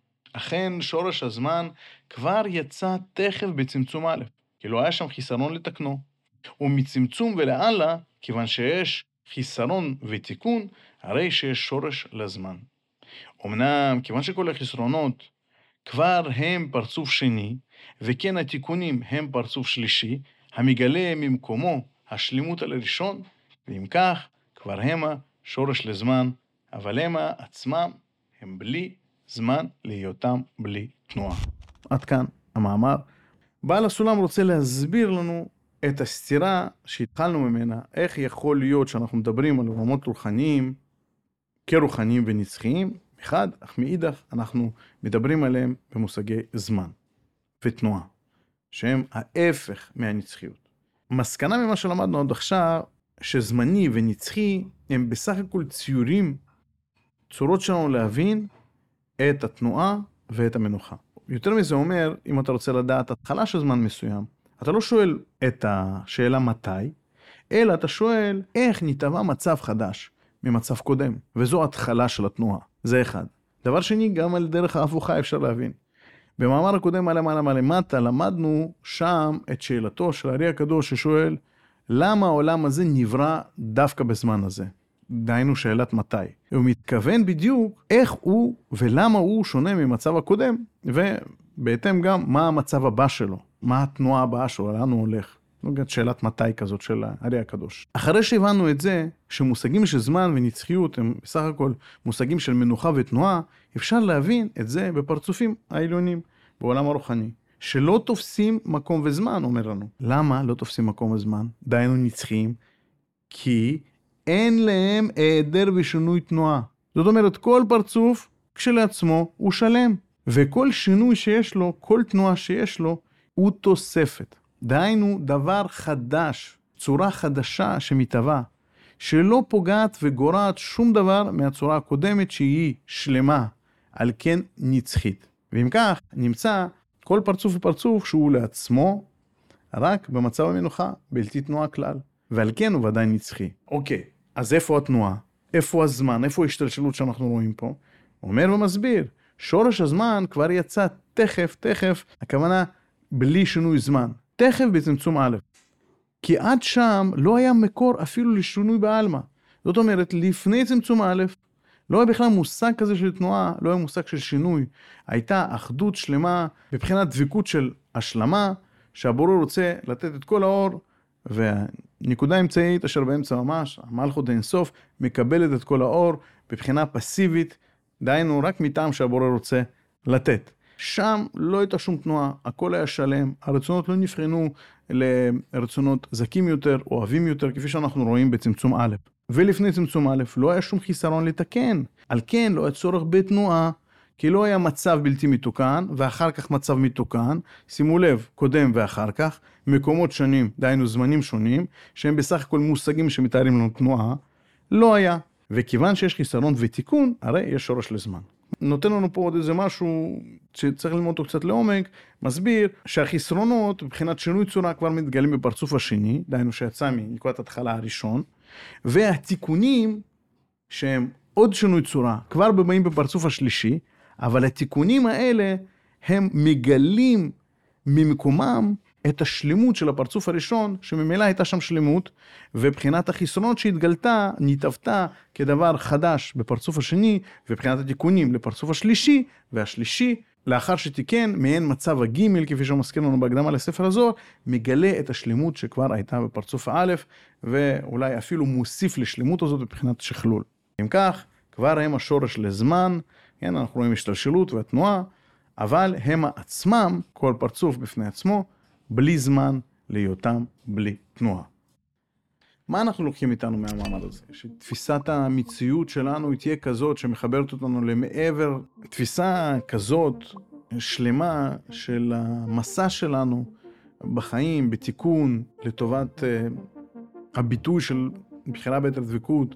אכן שורש הזמן כבר יצא תכף בצמצום א', כי לא היה שם חיסרון לתקנו. ומצמצום ולעלה, כיוון שיש חיסרון ותיקון, הרי שיש שורש לזמן. אמנם, כיוון שכל החסרונות כבר הם פרצוף שני, וכן התיקונים הם פרצוף שלישי, המגלה ממקומו השלימות על הראשון, ואם כך, כבר המה שורש לזמן, אבל המה עצמם הם בלי זמן להיותם בלי תנועה. עד כאן המאמר. בעל הסולם רוצה להסביר לנו את הסתירה שהתחלנו ממנה, איך יכול להיות שאנחנו מדברים על עולמות רוחניים, כרוחניים ונצחיים, אחד, אך מאידך אנחנו מדברים עליהם במושגי זמן ותנועה, שהם ההפך מהנצחיות. מסקנה ממה שלמדנו עד עכשיו, שזמני ונצחי הם בסך הכל ציורים, צורות שלנו להבין את התנועה ואת המנוחה. יותר מזה אומר, אם אתה רוצה לדעת התחלה של זמן מסוים, אתה לא שואל את השאלה מתי, אלא אתה שואל איך נטבע מצב חדש ממצב קודם, וזו התחלה של התנועה. זה אחד. דבר שני, גם על דרך ההפוכה אפשר להבין. במאמר הקודם מעלה למטה, למדנו שם את שאלתו של הארי הקדוש ששואל, למה העולם הזה נברא דווקא בזמן הזה? דהיינו שאלת מתי. הוא מתכוון בדיוק איך הוא ולמה הוא שונה ממצב הקודם, ובהתאם גם מה המצב הבא שלו, מה התנועה הבאה שלו, לאן הוא הולך. נוגעת שאלת מתי כזאת של הארי הקדוש. אחרי שהבנו את זה, שמושגים של זמן ונצחיות הם בסך הכל מושגים של מנוחה ותנועה, אפשר להבין את זה בפרצופים העליונים, בעולם הרוחני, שלא תופסים מקום וזמן, אומר לנו. למה לא תופסים מקום וזמן? דיינו נצחיים, כי אין להם היעדר ושינוי תנועה. זאת אומרת, כל פרצוף כשלעצמו הוא שלם, וכל שינוי שיש לו, כל תנועה שיש לו, הוא תוספת. דהיינו דבר חדש, צורה חדשה שמתהווה, שלא פוגעת וגורעת שום דבר מהצורה הקודמת שהיא שלמה, על כן נצחית. ואם כך, נמצא כל פרצוף ופרצוף שהוא לעצמו, רק במצב המנוחה, בלתי תנועה כלל. ועל כן הוא ודאי נצחי. אוקיי, אז איפה התנועה? איפה הזמן? איפה ההשתלשלות שאנחנו רואים פה? אומר ומסביר, שורש הזמן כבר יצא תכף, הכוונה בלי שינוי זמן. תכף בצמצום א'. כי עד שם לא היה מקור אפילו לשינוי בעלמא. זאת אומרת, לפני צמצום א', לא היה בכלל מושג כזה של תנועה, לא היה מושג של שינוי. הייתה אחדות שלמה בבחינת דבקות של השלמה, שהבורא רוצה לתת את כל האור, והנקודה האמצעית אשר באמצע ממש, המלכות האינסוף, מקבלת את כל האור בבחינה פסיבית, דהיינו רק מטעם שהבורא רוצה לתת. שם לא הייתה שום תנועה, הכל היה שלם, הרצונות לא נבחנו לרצונות זקים יותר, אוהבים יותר, כפי שאנחנו רואים בצמצום א'. ולפני צמצום א', לא היה שום חיסרון לתקן. על כן לא היה צורך בתנועה, כי לא היה מצב בלתי מתוקן, ואחר כך מצב מתוקן, שימו לב, קודם ואחר כך, מקומות שונים, דהיינו זמנים שונים, שהם בסך הכל מושגים שמתארים לנו תנועה, לא היה. וכיוון שיש חיסרון ותיקון, הרי יש שורש לזמן. נותן לנו פה עוד איזה משהו שצריך ללמוד אותו קצת לעומק, מסביר שהחיסרונות מבחינת שינוי צורה כבר מתגלים בפרצוף השני, דהיינו שיצא מנקודת התחלה הראשון, והתיקונים שהם עוד שינוי צורה כבר באים בפרצוף השלישי, אבל התיקונים האלה הם מגלים ממקומם את השלמות של הפרצוף הראשון, שממילא הייתה שם שלמות, ובחינת החסרונות שהתגלתה, נתאבתה כדבר חדש בפרצוף השני, ובחינת התיקונים לפרצוף השלישי, והשלישי, לאחר שתיקן, מעין מצב הגימל, כפי שמזכיר לנו בהקדמה לספר הזוהר, מגלה את השלמות שכבר הייתה בפרצוף האלף, ואולי אפילו מוסיף לשלמות הזאת בבחינת שכלול. אם כך, כבר הם השורש לזמן, כן, אנחנו רואים השתלשלות והתנועה, אבל הם עצמם, כל פרצוף בפני עצמו, בלי זמן להיותם בלי תנועה. מה אנחנו לוקחים איתנו מהמעמד הזה? שתפיסת המציאות שלנו תהיה כזאת שמחברת אותנו למעבר, תפיסה כזאת שלמה של המסע שלנו בחיים, בתיקון, לטובת הביטוי של בחירה ביתר דבקות,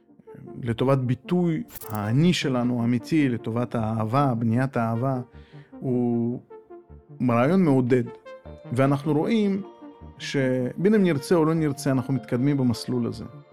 לטובת ביטוי האני שלנו, האמיתי, לטובת האהבה, בניית האהבה, הוא רעיון מעודד. ואנחנו רואים שבין אם נרצה או לא נרצה, אנחנו מתקדמים במסלול הזה.